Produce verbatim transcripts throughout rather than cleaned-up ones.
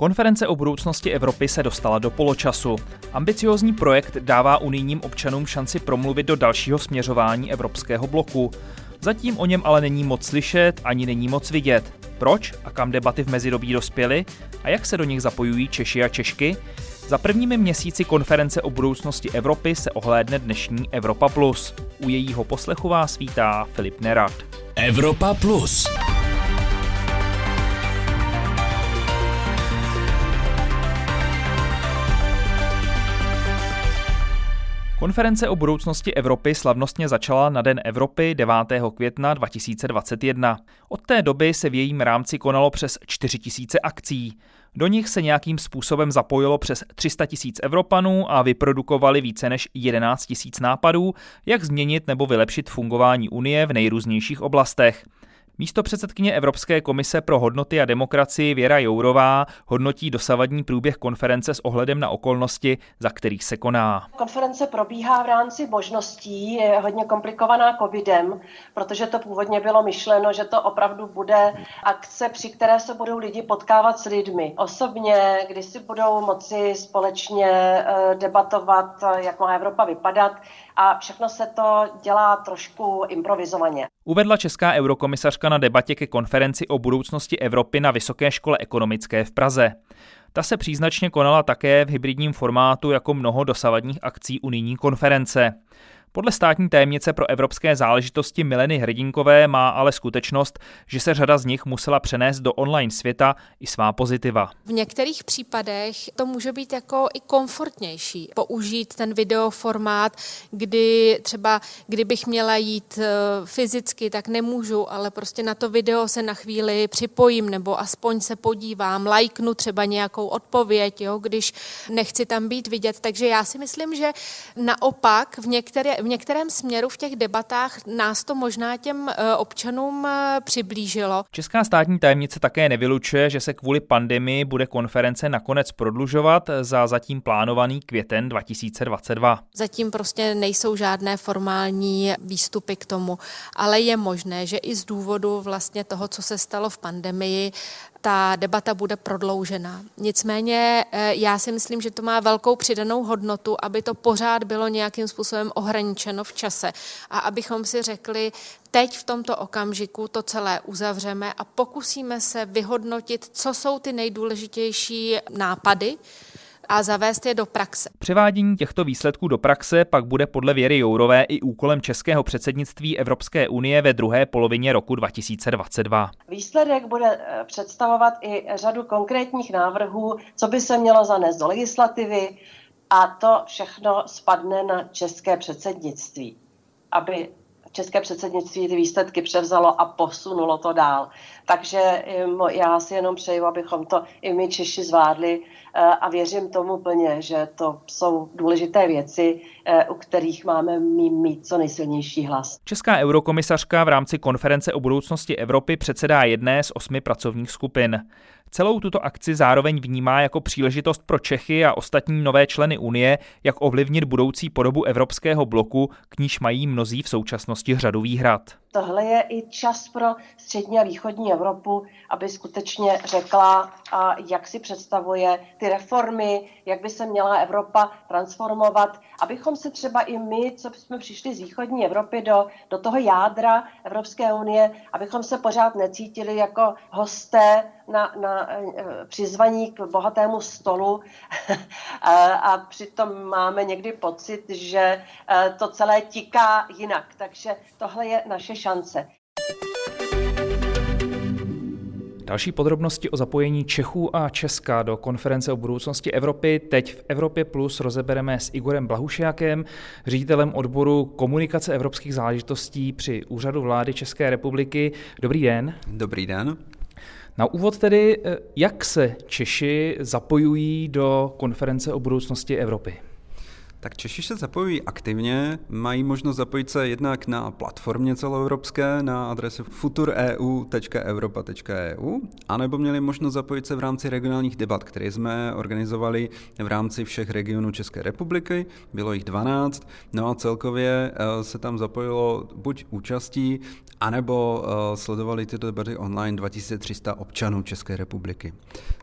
Konference o budoucnosti Evropy se dostala do poločasu. Ambiciózní projekt dává unijním občanům šanci promluvit do dalšího směřování evropského bloku. Zatím o něm ale není moc slyšet, ani není moc vidět. Proč a kam debaty v mezidobí dospěly a jak se do nich zapojují Češi a Češky? Za prvními měsíci konference o budoucnosti Evropy se ohlédne dnešní Evropa Plus. U jejího poslechu vás vítá Filip Nerad. Evropa Plus. Konference o budoucnosti Evropy slavnostně začala na Den Evropy devátého května dva tisíce dvacet jedna. Od té doby se v jejím rámci konalo přes čtyři tisíce akcí. Do nich se nějakým způsobem zapojilo přes tři sta tisíc Evropanů a vyprodukovali více než jedenáct tisíc nápadů, jak změnit nebo vylepšit fungování Unie v nejrůznějších oblastech. Místopředsedkyně Evropské komise pro hodnoty a demokracii Věra Jourová hodnotí dosavadní průběh konference s ohledem na okolnosti, za kterých se koná. Konference probíhá v rámci možností, je hodně komplikovaná covidem, protože to původně bylo myšleno, že to opravdu bude akce, při které se budou lidi potkávat s lidmi osobně, kdy si budou moci společně debatovat, jak má Evropa vypadat, a všechno se to dělá trošku improvizovaně. Uvedla česká eurokomisařka na debatě ke konferenci o budoucnosti Evropy na Vysoké škole ekonomické v Praze. Ta se příznačně konala také v hybridním formátu jako mnoho dosavadních akcí unijní konference. Podle státní tajemnice pro evropské záležitosti Mileny Hrdinkové má ale skutečnost, že se řada z nich musela přenést do online světa i svá pozitiva. V některých případech to může být jako i komfortnější použít ten videoformát, kdy třeba kdybych měla jít fyzicky, tak nemůžu, ale prostě na to video se na chvíli připojím nebo aspoň se podívám, lajknu třeba nějakou odpověď, jo, když nechci tam být vidět. Takže já si myslím, že naopak v některé V některém směru v těch debatách nás to možná těm občanům přiblížilo. Česká státní tajemnice také nevylučuje, že se kvůli pandemii bude konference nakonec prodlužovat za zatím plánovaný květen dva tisíce dvacet dva. Zatím prostě nejsou žádné formální výstupy k tomu, ale je možné, že i z důvodu vlastně toho, co se stalo v pandemii, ta debata bude prodloužena. Nicméně já si myslím, že to má velkou přidanou hodnotu, aby to pořád bylo nějakým způsobem ohraničeno v čase a abychom si řekli, teď v tomto okamžiku to celé uzavřeme a pokusíme se vyhodnotit, co jsou ty nejdůležitější nápady, a zavést je do praxe. Převádění těchto výsledků do praxe pak bude podle Věry Jourové i úkolem českého předsednictví Evropské unie ve druhé polovině roku dva tisíce dvacet dva. Výsledek bude představovat i řadu konkrétních návrhů, co by se mělo zanést do legislativy, a to všechno spadne na české předsednictví, aby české předsednictví ty výsledky převzalo a posunulo to dál. Takže já si jenom přeju, abychom to i my Češi zvládli, a věřím tomu plně, že to jsou důležité věci, u kterých máme mít co nejsilnější hlas. Česká eurokomisařka v rámci konference o budoucnosti Evropy předsedá jedné z osmi pracovních skupin. Celou tuto akci zároveň vnímá jako příležitost pro Čechy a ostatní nové členy Unie, jak ovlivnit budoucí podobu evropského bloku, k níž mají mnozí v současnosti řadu výhrad. Tohle je i čas pro střední a východní Evropu, aby skutečně řekla, jak si představuje ty reformy, jak by se měla Evropa transformovat, abychom se třeba i my, co jsme přišli z východní Evropy do, do toho jádra Evropské unie, abychom se pořád necítili jako hosté na, na přizvaní k bohatému stolu a přitom máme někdy pocit, že to celé tiká jinak. Takže tohle je naše šance. Další podrobnosti o zapojení Čechů a Česka do konference o budoucnosti Evropy teď v Evropě Plus rozebereme s Igorem Blahušiakem, ředitelem odboru komunikace evropských záležitostí při Úřadu vlády České republiky. Dobrý den. Dobrý den. Na úvod tedy, jak se Češi zapojují do konference o budoucnosti Evropy? Tak Češi se zapojují aktivně, mají možnost zapojit se jednak na platformě celoevropské na adrese futureu tečka europa tečka e u, anebo měli možnost zapojit se v rámci regionálních debat, které jsme organizovali v rámci všech regionů České republiky, bylo jich dvanáct, no a celkově se tam zapojilo buď účastí, anebo sledovali tyto debaty online dva tisíce tři sta občanů České republiky.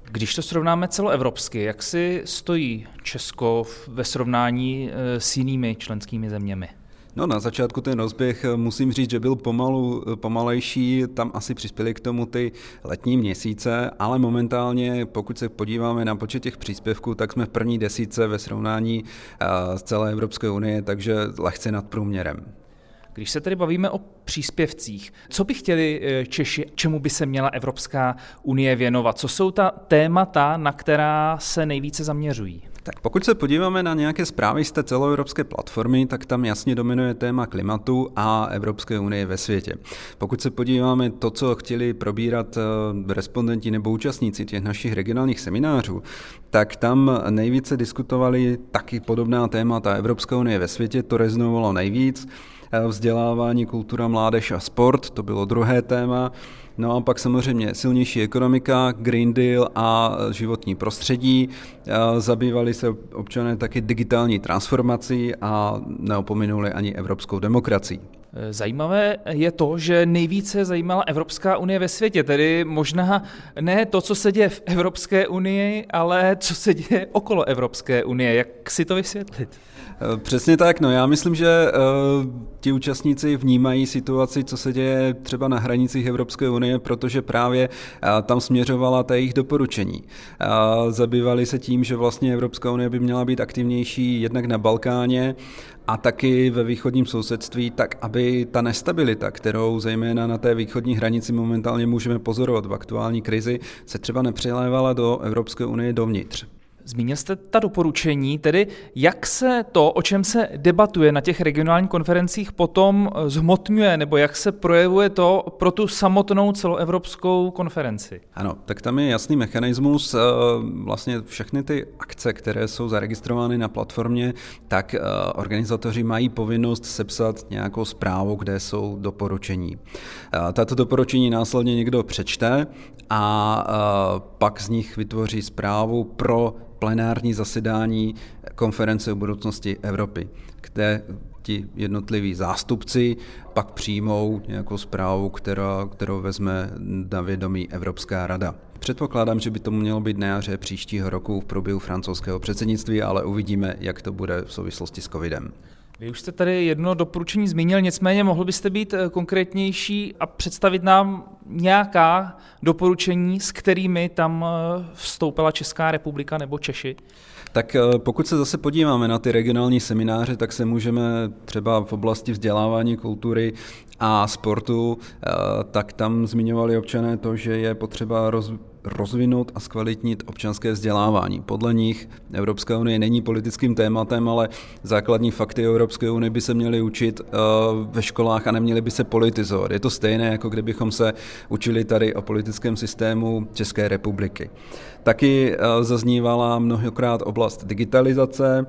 Když to srovnáme celoevropsky, jak si stojí Česko ve srovnání s jinými členskými zeměmi? No na začátku ten rozběh musím říct, že byl pomalu, pomalejší, tam asi přispěly k tomu ty letní měsíce, ale momentálně, pokud se podíváme na počet těch příspěvků, tak jsme v první desítce ve srovnání z celé Evropské unie, takže lehce nad průměrem. Když se tedy bavíme o příspěvcích, co by chtěli Češi, čemu by se měla Evropská unie věnovat? Co jsou ta témata, na která se nejvíce zaměřují? Tak pokud se podíváme na nějaké zprávy z té celoevropské platformy, tak tam jasně dominuje téma klimatu a Evropské unie ve světě. Pokud se podíváme to, co chtěli probírat respondenti nebo účastníci těch našich regionálních seminářů, tak tam nejvíce diskutovali taky podobná témata. Evropská unie ve světě, to rezonovalo nejvíc. Vzdělávání, kultura, mládež a sport, to bylo druhé téma. No a pak samozřejmě silnější ekonomika, Green Deal a životní prostředí. Zabývali se občané taky digitální transformací a neopominuli ani evropskou demokracii. Zajímavé je to, že nejvíce zajímala Evropská unie ve světě, tedy možná ne to, co se děje v Evropské unii, ale co se děje okolo Evropské unie. Jak si to vysvětlit? Přesně tak, no já myslím, že uh, ti účastníci vnímají situaci, co se děje třeba na hranicích Evropské unie, protože právě uh, tam směřovala ta jejich doporučení. Uh, zabývali se tím, že vlastně Evropská unie by měla být aktivnější jednak na Balkáně a taky ve východním sousedství, tak aby ta nestabilita, kterou zejména na té východní hranici momentálně můžeme pozorovat v aktuální krizi, se třeba nepřilévala do Evropské unie dovnitř. Zmínil jste ta doporučení, tedy jak se to, o čem se debatuje na těch regionálních konferencích, potom zhmotňuje, nebo jak se projevuje to pro tu samotnou celoevropskou konferenci? Ano, tak tam je jasný mechanismus, vlastně všechny ty akce, které jsou zaregistrovány na platformě, tak organizátoři mají povinnost sepsat nějakou zprávu, kde jsou doporučení. Tato doporučení následně někdo přečte a pak z nich vytvoří zprávu pro plenární zasedání konference o budoucnosti Evropy, kde ti jednotliví zástupci pak přijmou nějakou zprávu, která, kterou vezme na vědomí Evropská rada. Předpokládám, že by to mělo být na jaře příštího roku v průběhu francouzského předsednictví, ale uvidíme, jak to bude v souvislosti s covidem. Vy už jste tady jedno doporučení zmínil, nicméně mohl byste být konkrétnější a představit nám nějaká doporučení, s kterými tam vstoupila Česká republika nebo Češi? Tak pokud se zase podíváme na ty regionální semináře, tak se můžeme třeba v oblasti vzdělávání, kultury a sportu, tak tam zmiňovali občané to, že je potřeba roz, rozvinout a zkvalitnit občanské vzdělávání. Podle nich Evropská unie není politickým tématem, ale základní fakty Evropské unie by se měly učit ve školách a neměly by se politizovat. Je to stejné, jako kdybychom se učili tady o politickém systému České republiky. Taky zaznívala mnohokrát oblast digitalizace,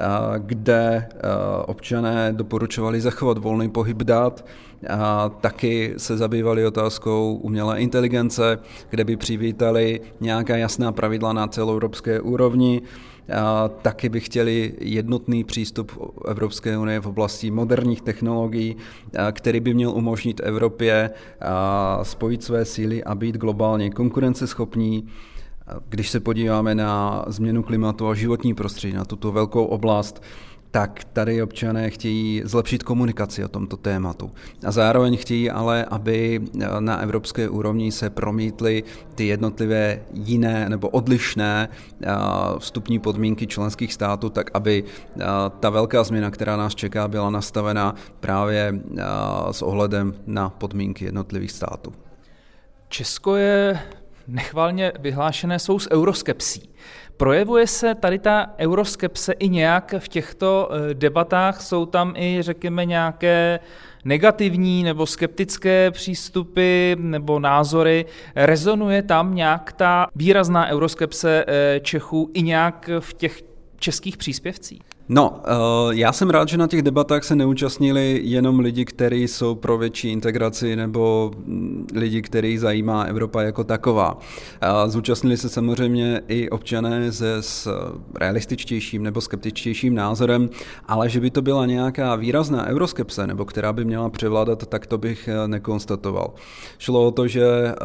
kde občané doporučovali zachovat volný pohyb dat. A taky se zabývali otázkou umělé inteligence, kde by přivítali nějaká jasná pravidla na celoevropské úrovni. A taky by chtěli jednotný přístup Evropské unie v oblasti moderních technologií, který by měl umožnit Evropě spojit své síly a být globálně konkurenceschopní. Když se podíváme na změnu klimatu a životní prostředí, na tuto velkou oblast, tak tady občané chtějí zlepšit komunikaci o tomto tématu. A zároveň chtějí ale, aby na evropské úrovni se promítly ty jednotlivé jiné nebo odlišné vstupní podmínky členských států, tak aby ta velká změna, která nás čeká, byla nastavena právě s ohledem na podmínky jednotlivých států. Česko je nechvalně vyhlášené svou s euroskepsí. Projevuje se tady ta euroskepse i nějak v těchto debatách? Jsou tam i, řekněme, nějaké negativní nebo skeptické přístupy nebo názory? Rezonuje tam nějak ta výrazná euroskepse Čechů i nějak v těch českých příspěvcích? No, já jsem rád, že na těch debatách se neúčastnili jenom lidi, kteří jsou pro větší integraci nebo lidi, který zajímá Evropa jako taková. Zúčastnili se samozřejmě i občané se s realističtějším nebo skeptičtějším názorem, ale že by to byla nějaká výrazná euroskepse, nebo která by měla převládat, tak to bych nekonstatoval. Šlo o to, že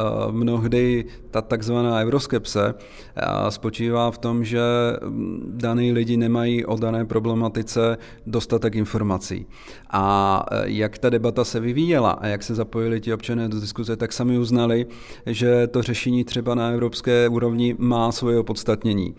mnohdy ta takzvaná euroskepse spočívá v tom, že daný lidi nemají o dané problematice dostatek informací. A jak ta debata se vyvíjela a jak se zapojili ti občané do diskuze, tak sami uznali, že to řešení třeba na evropské úrovni má svoje opodstatnění.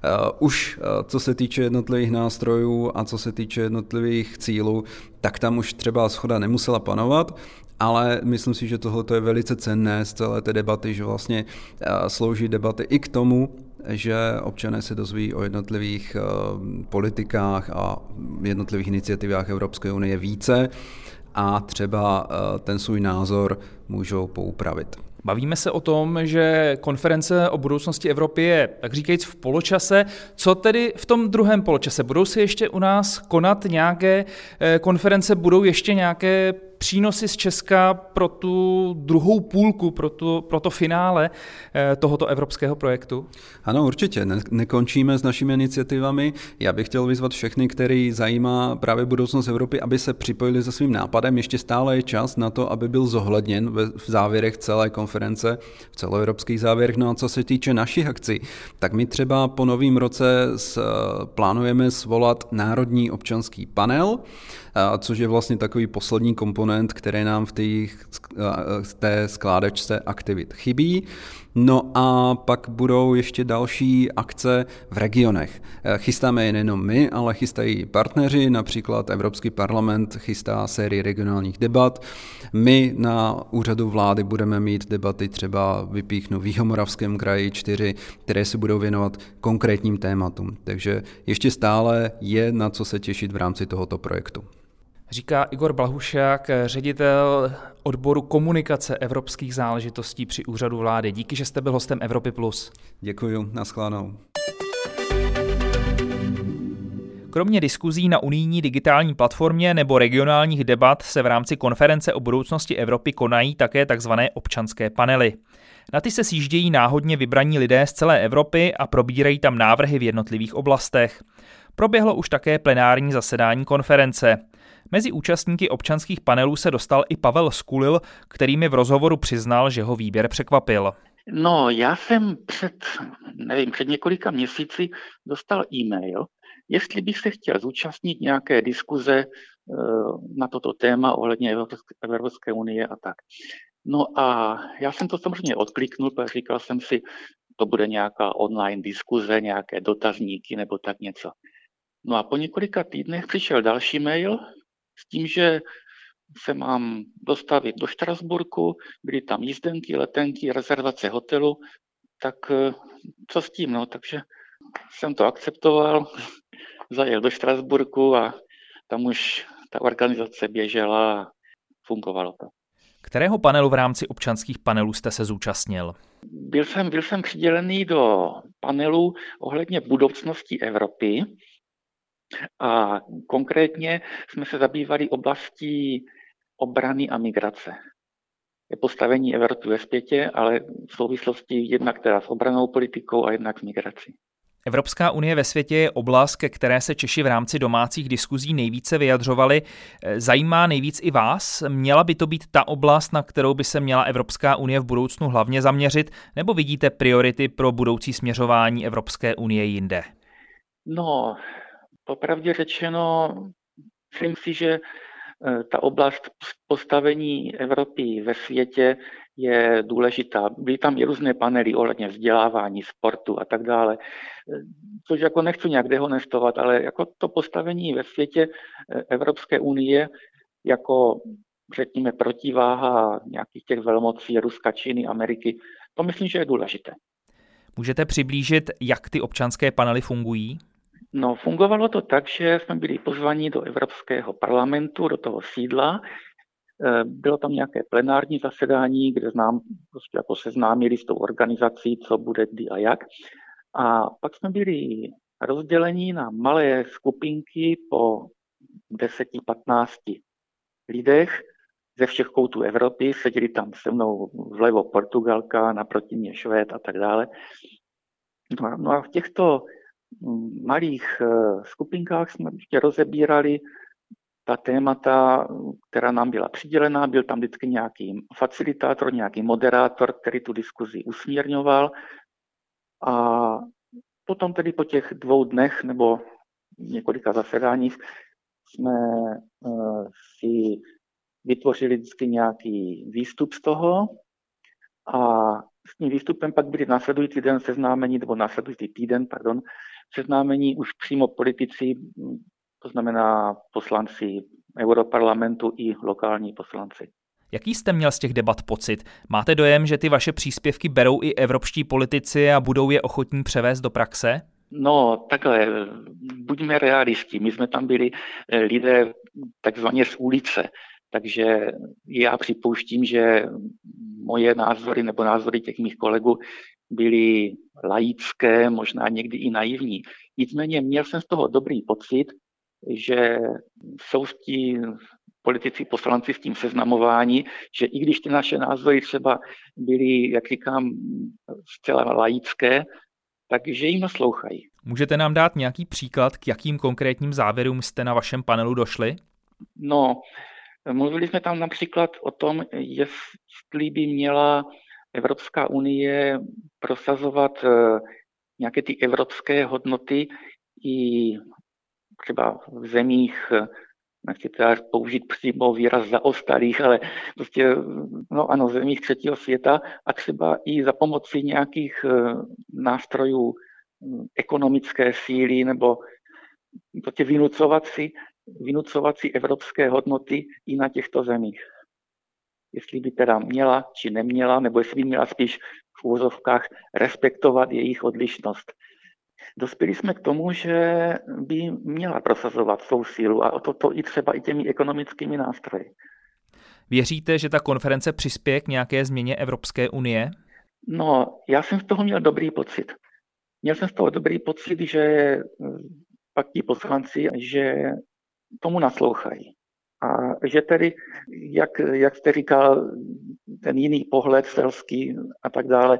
Už co se týče jednotlivých nástrojů a co se týče jednotlivých cílů, tak tam už třeba shoda nemusela panovat, ale myslím si, že tohle je velice cenné z celé té debaty, že vlastně slouží debaty i k tomu, že občané se dozví o jednotlivých politikách a jednotlivých iniciativách Evropské unie více a třeba ten svůj názor můžou poupravit. Bavíme se o tom, že konference o budoucnosti Evropy je, tak říkajíc, v poločase. Co tedy v tom druhém poločase? Budou se ještě u nás konat nějaké konference, budou ještě nějaké přínosy z Česka pro tu druhou půlku, pro, tu, pro to finále tohoto evropského projektu? Ano, určitě. Ne- nekončíme s našimi iniciativami. Já bych chtěl vyzvat všechny, který zajímá právě budoucnost Evropy, aby se připojili se svým nápadem. Ještě stále je čas na to, aby byl zohledněn v závěrech celé konference, v celoevropských závěrech. No a co se týče našich akcí, tak my třeba po novém roce plánujeme svolat Národní občanský panel, což je vlastně takový poslední komponent, který nám v té, v té skládačce aktivit chybí. No a pak budou ještě další akce v regionech. Chystáme je nejenom my, ale chystají partneři, například Evropský parlament chystá sérii regionálních debat. My na úřadu vlády budeme mít debaty, třeba vypíchnu v Jihomoravském kraji čtyři, které se budou věnovat konkrétním tématům. Takže ještě stále je na co se těšit v rámci tohoto projektu. Říká Igor Blahušák, ředitel odboru komunikace evropských záležitostí při úřadu vlády. Díky, že jste byl hostem Evropy plus. Děkuju, naschledanou. Kromě diskuzí na unijní digitální platformě nebo regionálních debat se v rámci konference o budoucnosti Evropy konají také tzv. Občanské panely. Na ty se sjíždějí náhodně vybraní lidé z celé Evropy a probírají tam návrhy v jednotlivých oblastech. Proběhlo už také plenární zasedání konference. Mezi účastníky občanských panelů se dostal i Pavel Skulil, který mi v rozhovoru přiznal, že ho výběr překvapil. No, já jsem před, nevím, před několika měsíci dostal e-mail, jestli bych se chtěl zúčastnit nějaké diskuze na toto téma ohledně Evropské unie a tak. No a já jsem to samozřejmě odkliknul, protože říkal jsem si, to bude nějaká online diskuze, nějaké dotazníky nebo tak něco. No a po několika týdnech přišel další mail s tím, že se mám dostavit do Štrasburku, byly tam jízdenky, letenky, rezervace hotelu, tak co s tím, no, takže jsem to akceptoval, zajel do Štrasburku a tam už ta organizace běžela a fungovalo to. Kterého panelu v rámci občanských panelů jste se zúčastnil? Byl jsem, byl jsem přidělený do panelu ohledně budoucnosti Evropy a konkrétně jsme se zabývali oblastí obrany a migrace. Je postavení Evropy ve světě, ale v souvislosti jednak teda s obrannou politikou a jednak s migrací. Evropská unie ve světě je oblast, ke které se Češi v rámci domácích diskuzí nejvíce vyjadřovali. Zajímá nejvíc i vás? Měla by to být ta oblast, na kterou by se měla Evropská unie v budoucnu hlavně zaměřit, nebo vidíte priority pro budoucí směřování Evropské unie jinde? No, popravdě řečeno, myslím si, že ta oblast postavení Evropy ve světě je důležitá. Byly tam i různé panely ohledně vzdělávání, sportu a tak dále, což jako nechci nějak dehonestovat, ale jako to postavení ve světě Evropské unie jako, řekněme, protiváha nějakých těch velmocí Ruska, Číny, Ameriky, to myslím, že je důležité. Můžete přiblížit, jak ty občanské panely fungují? No, fungovalo to tak, že jsme byli pozvaní do Evropského parlamentu, do toho sídla. Bylo tam nějaké plenární zasedání, kde nám prostě jako seznámili s tou organizací, co bude, kdy a jak. A pak jsme byli rozdělení na malé skupinky po deset patnáct lidech ze všech koutů Evropy. Seděli tam se mnou vlevo Portugalka, naproti mě Švéd a tak dále. No a v těchto malých skupinkách jsme ještě rozebírali ta témata, která nám byla přidělená. Byl tam vždycky nějaký facilitátor, nějaký moderátor, který tu diskuzi usměrňoval. A potom tedy po těch dvou dnech nebo několika zasedáních jsme uh, si vytvořili vždycky nějaký výstup z toho a s tím výstupem pak byli následující den seznámení, nebo následující týden, pardon, seznámení už přímo politici, to znamená poslanci Europarlamentu i lokální poslanci. Jaký jste měl z těch debat pocit? Máte dojem, že ty vaše příspěvky berou i evropští politici a budou je ochotní převést do praxe? No, takhle, buďme realisti. My jsme tam byli lidé takzvaně z ulice, takže já připouštím, že moje názory nebo názory těch mých kolegů byly laické, možná někdy i naivní. Nicméně měl jsem z toho dobrý pocit, že jsou ti politici, poslanci s tím seznamováni, že i když ty naše názory třeba byly, jak říkám, zcela laické, takže jim naslouchají. Můžete nám dát nějaký příklad, k jakým konkrétním závěrům jste na vašem panelu došli? No, mluvili jsme tam například o tom, jestli by měla Evropská unie prosazovat nějaké ty evropské hodnoty i třeba v zemích, nechci teda použít přímo výraz zaostalých, ale prostě, no ano, v zemích třetího světa a třeba i za pomoci nějakých nástrojů ekonomické síly nebo prostě vynucovat si, vynucovat si evropské hodnoty i na těchto zemích. Jestli by teda měla, či neměla, nebo jestli by měla spíš v úvozovkách respektovat jejich odlišnost. Dospěli jsme k tomu, že by měla prosazovat svou sílu a toto i třeba i těmi ekonomickými nástroji. Věříte, že ta konference přispěje k nějaké změně Evropské unie? No, já jsem z toho měl dobrý pocit. Měl jsem z toho dobrý pocit, že pak ti poslanci, že tomu naslouchají. A že tedy, jak, jak jste říkal, ten jiný pohled selský a tak dále,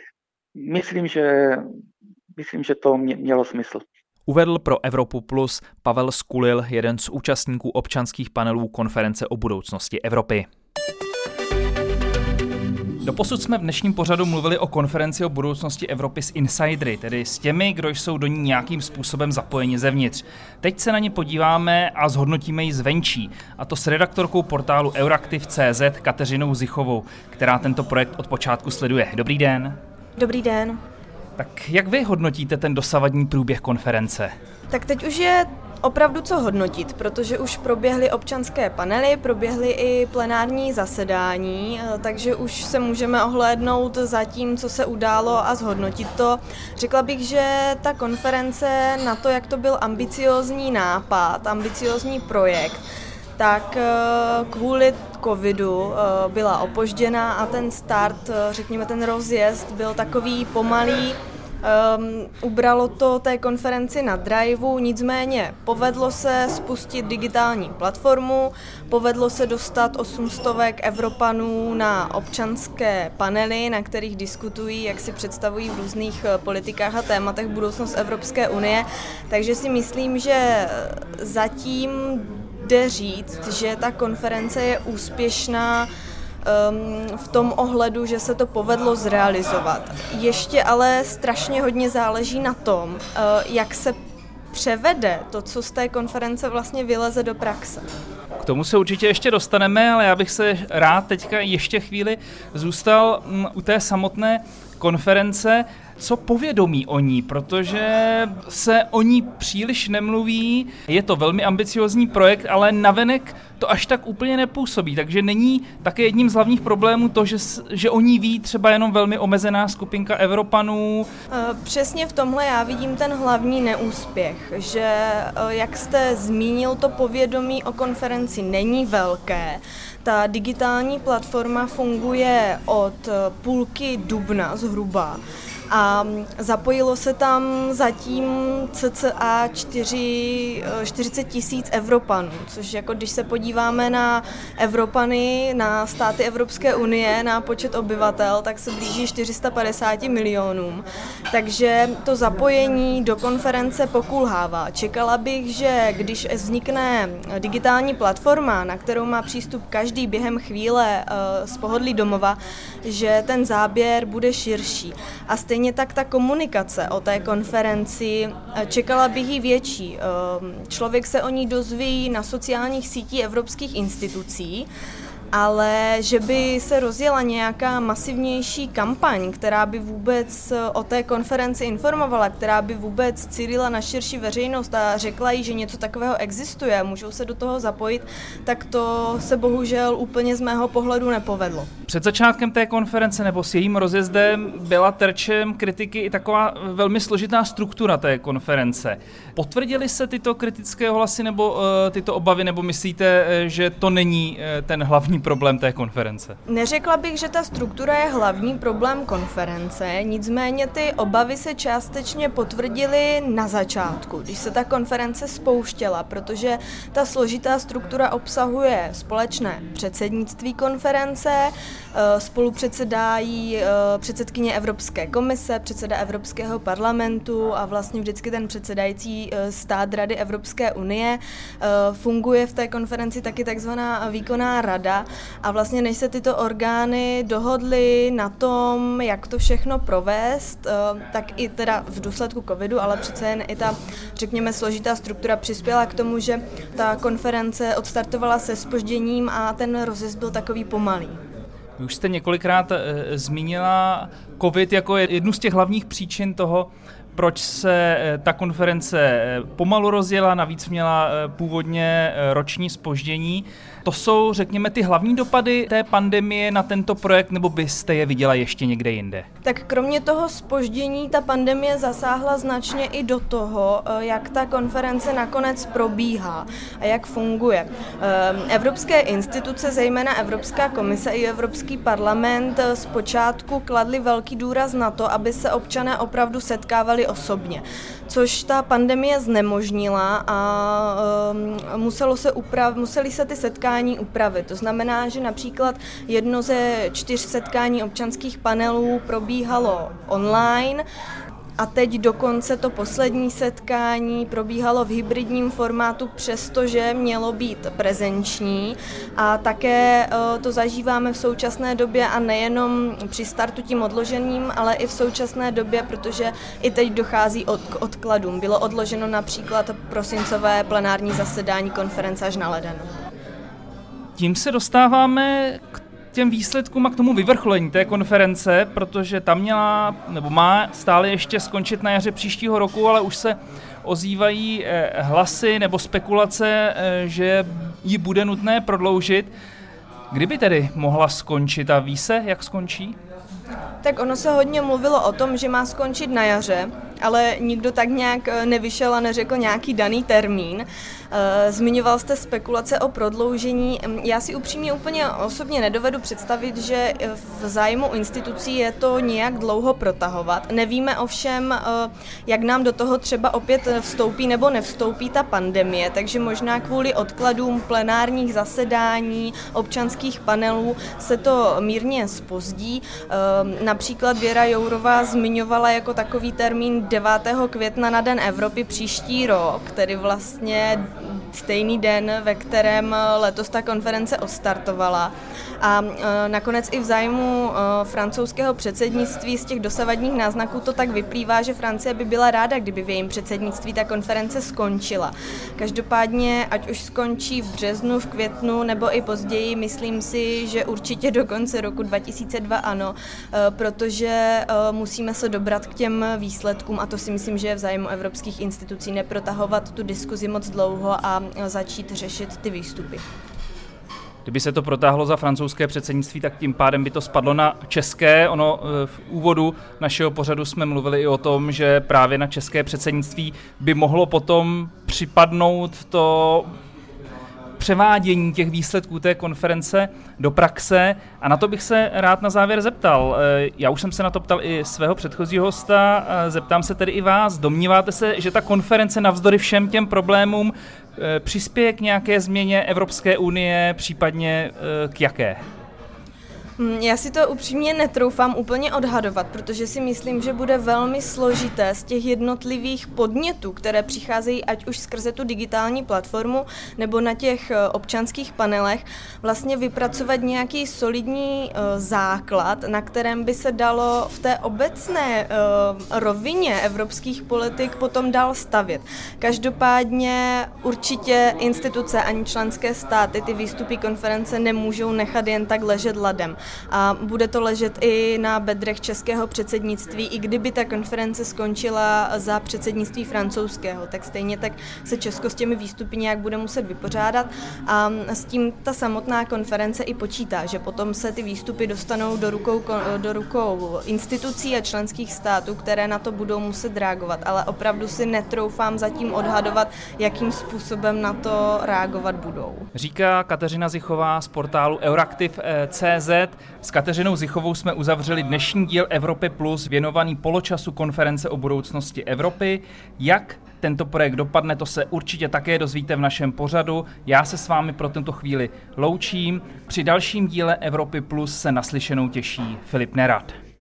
myslím, že Myslím, že to mělo smysl. Uvedl pro Evropu Plus Pavel Skulil, jeden z účastníků občanských panelů konference o budoucnosti Evropy. Doposud jsme v dnešním pořadu mluvili o konferenci o budoucnosti Evropy s insidery, tedy s těmi, kdo jsou do ní nějakým způsobem zapojeni zevnitř. Teď se na ně podíváme a zhodnotíme ji zvenčí, a to s redaktorkou portálu Euraktiv tečka cé zet Kateřinou Zichovou, která tento projekt od počátku sleduje. Dobrý den. Dobrý den. Tak jak vy hodnotíte ten dosavadní průběh konference? Tak teď už je opravdu co hodnotit, protože už proběhly občanské panely, proběhly i plenární zasedání, takže už se můžeme ohlédnout za tím, co se událo a zhodnotit to. Řekla bych, že ta konference na to, jak to byl ambiciózní nápad, ambiciózní projekt, tak kvůli covidu byla opožděna a ten start, řekněme ten rozjezd, byl takový pomalý. Um, ubralo to té konferenci na driveu, nicméně povedlo se spustit digitální platformu, povedlo se dostat osm stovek Evropanů na občanské panely, na kterých diskutují, jak si představují v různých politikách a tématech budoucnost Evropské unie, takže si myslím, že zatím jde říct, že ta konference je úspěšná v tom ohledu, že se to povedlo zrealizovat. Ještě ale strašně hodně záleží na tom, jak se převede to, co z té konference vlastně vyleze do praxe. K tomu se určitě ještě dostaneme, ale já bych se rád teďka ještě chvíli zůstal u té samotné konference. Co povědomí o ní, protože se o ní příliš nemluví, je to velmi ambiciózní projekt, ale navenek to až tak úplně nepůsobí, takže není také jedním z hlavních problémů to, že, že o ní ví třeba jenom velmi omezená skupinka Evropanů. Přesně v tomhle já vidím ten hlavní neúspěch, že jak jste zmínil, to povědomí o konferenci není velké. Ta digitální platforma funguje od půlky dubna zhruba. A zapojilo se tam zatím cca čtyřicet tisíc Evropanů, což jako když se podíváme na Evropany, na státy Evropské unie, na počet obyvatel, tak se blíží čtyři sta padesát milionům. Takže to zapojení do konference pokulhává. Čekala bych, že když vznikne digitální platforma, na kterou má přístup každý během chvíle z pohodlí domova, že ten záběr bude širší. A stejně tak ta komunikace o té konferenci, čekala bych ji větší. Člověk se o ní dozví na sociálních sítích evropských institucí, ale že by se rozjela nějaká masivnější kampaň, která by vůbec o té konferenci informovala, která by vůbec cílila na širší veřejnost a řekla jí, že něco takového existuje, můžou se do toho zapojit, tak to se bohužel úplně z mého pohledu nepovedlo. Před začátkem té konference nebo s jejím rozjezdem byla terčem kritiky i taková velmi složitá struktura té konference. Potvrdily se tyto kritické hlasy nebo uh, tyto obavy, nebo myslíte, že to není uh, ten hlavní problém té konference? Neřekla bych, že ta struktura je hlavní problém konference, nicméně ty obavy se částečně potvrdily na začátku, když se ta konference spouštěla, protože ta složitá struktura obsahuje společné předsednictví konference, spolupředsedají předsedkyně Evropské komise, předseda Evropského parlamentu a vlastně vždycky ten předsedající stát Rady Evropské unie. Funguje v té konferenci taky takzvaná výkonná rada a vlastně než se tyto orgány dohodly na tom, jak to všechno provést, tak i teda v důsledku covidu, ale přece jen i ta, řekněme, složitá struktura přispěla k tomu, že ta konference odstartovala se zpožděním a ten rozjezd byl takový pomalý. Vy už jste několikrát e, zmínila covid jako jednu z těch hlavních příčin toho, proč se ta konference pomalu rozjela, navíc měla původně roční zpoždění. To jsou, řekněme, ty hlavní dopady té pandemie na tento projekt, nebo byste je viděla ještě někde jinde? Tak kromě toho zpoždění ta pandemie zasáhla značně i do toho, jak ta konference nakonec probíhá a jak funguje. Evropské instituce, zejména Evropská komise i Evropský parlament, zpočátku kladly velký důraz na to, aby se občané opravdu setkávali osobně, což ta pandemie znemožnila a um, muselo se uprav, museli se ty setkání upravit. To znamená, že například jedno ze čtyř setkání občanských panelů probíhalo online, a teď dokonce to poslední setkání probíhalo v hybridním formátu, přestože mělo být prezenční a také to zažíváme v současné době a nejenom při startu tím odložením, ale i v současné době, protože i teď dochází od, k odkladům. Bylo odloženo například prosincové plenární zasedání konference až na leden. Tím se dostáváme k těm výsledkům a k tomu vyvrcholení té konference, protože tam měla, nebo má stále ještě skončit na jaře příštího roku, ale už se ozývají hlasy nebo spekulace, že ji bude nutné prodloužit. Kdyby tedy mohla skončit a ví se, jak skončí? Tak ono se hodně mluvilo o tom, že má skončit na jaře, ale nikdo tak nějak nevyšel a neřekl nějaký daný termín. Zmiňoval jste spekulace o prodloužení. Já si upřímně úplně osobně nedovedu představit, že v zájmu institucí je to nějak dlouho protahovat. Nevíme ovšem, jak nám do toho třeba opět vstoupí nebo nevstoupí ta pandemie, takže možná kvůli odkladům plenárních zasedání, občanských panelů se to mírně zpozdí. Například Věra Jourová zmiňovala jako takový termín devátého května na Den Evropy příští rok, tedy vlastně stejný den, ve kterém letos ta konference odstartovala. A e, nakonec i v zájmu e, francouzského předsednictví z těch dosavadních náznaků to tak vyplývá, že Francie by byla ráda, kdyby v jejím předsednictví ta konference skončila. Každopádně, ať už skončí v březnu, v květnu nebo i později, myslím si, že určitě do konce roku dva tisíce dva ano, e, protože e, musíme se dobrat k těm výsledkům a to si myslím, že je v zájmu evropských institucí neprotahovat tu diskuzi moc dlouho a začít řešit ty výstupy. Kdyby se to protáhlo za francouzské předsednictví, tak tím pádem by to spadlo na české. Ono v úvodu našeho pořadu jsme mluvili i o tom, že právě na české předsednictví by mohlo potom připadnout to převádění těch výsledků té konference do praxe. A na to bych se rád na závěr zeptal. Já už jsem se na to ptal i svého předchozího hosta, zeptám se tedy i vás. Domníváte se, že ta konference navzdory všem těm problémům přispěje k nějaké změně Evropské unie, případně k jaké? Já si to upřímně netroufám úplně odhadovat, protože si myslím, že bude velmi složité z těch jednotlivých podnětů, které přicházejí ať už skrze tu digitální platformu nebo na těch občanských panelech, vlastně vypracovat nějaký solidní základ, na kterém by se dalo v té obecné rovině evropských politik potom dál stavět. Každopádně určitě instituce ani členské státy ty výstupy konference nemůžou nechat jen tak ležet ladem. A bude to ležet i na bedrech českého předsednictví, i kdyby ta konference skončila za předsednictví francouzského, tak stejně tak se Česko s těmi výstupy nějak bude muset vypořádat a s tím ta samotná konference i počítá, že potom se ty výstupy dostanou do rukou, do rukou institucí a členských států, které na to budou muset reagovat, ale opravdu si netroufám zatím odhadovat, jakým způsobem na to reagovat budou. Říká Kateřina Zichová z portálu Euraktiv tečka cé zet. S Kateřinou Zichovou jsme uzavřeli dnešní díl Evropy Plus věnovaný poločasu konference o budoucnosti Evropy. Jak tento projekt dopadne, to se určitě také dozvíte v našem pořadu. Já se s vámi pro tento chvíli loučím. Při dalším díle Evropy Plus se naslyšenou těší Filip Nerad.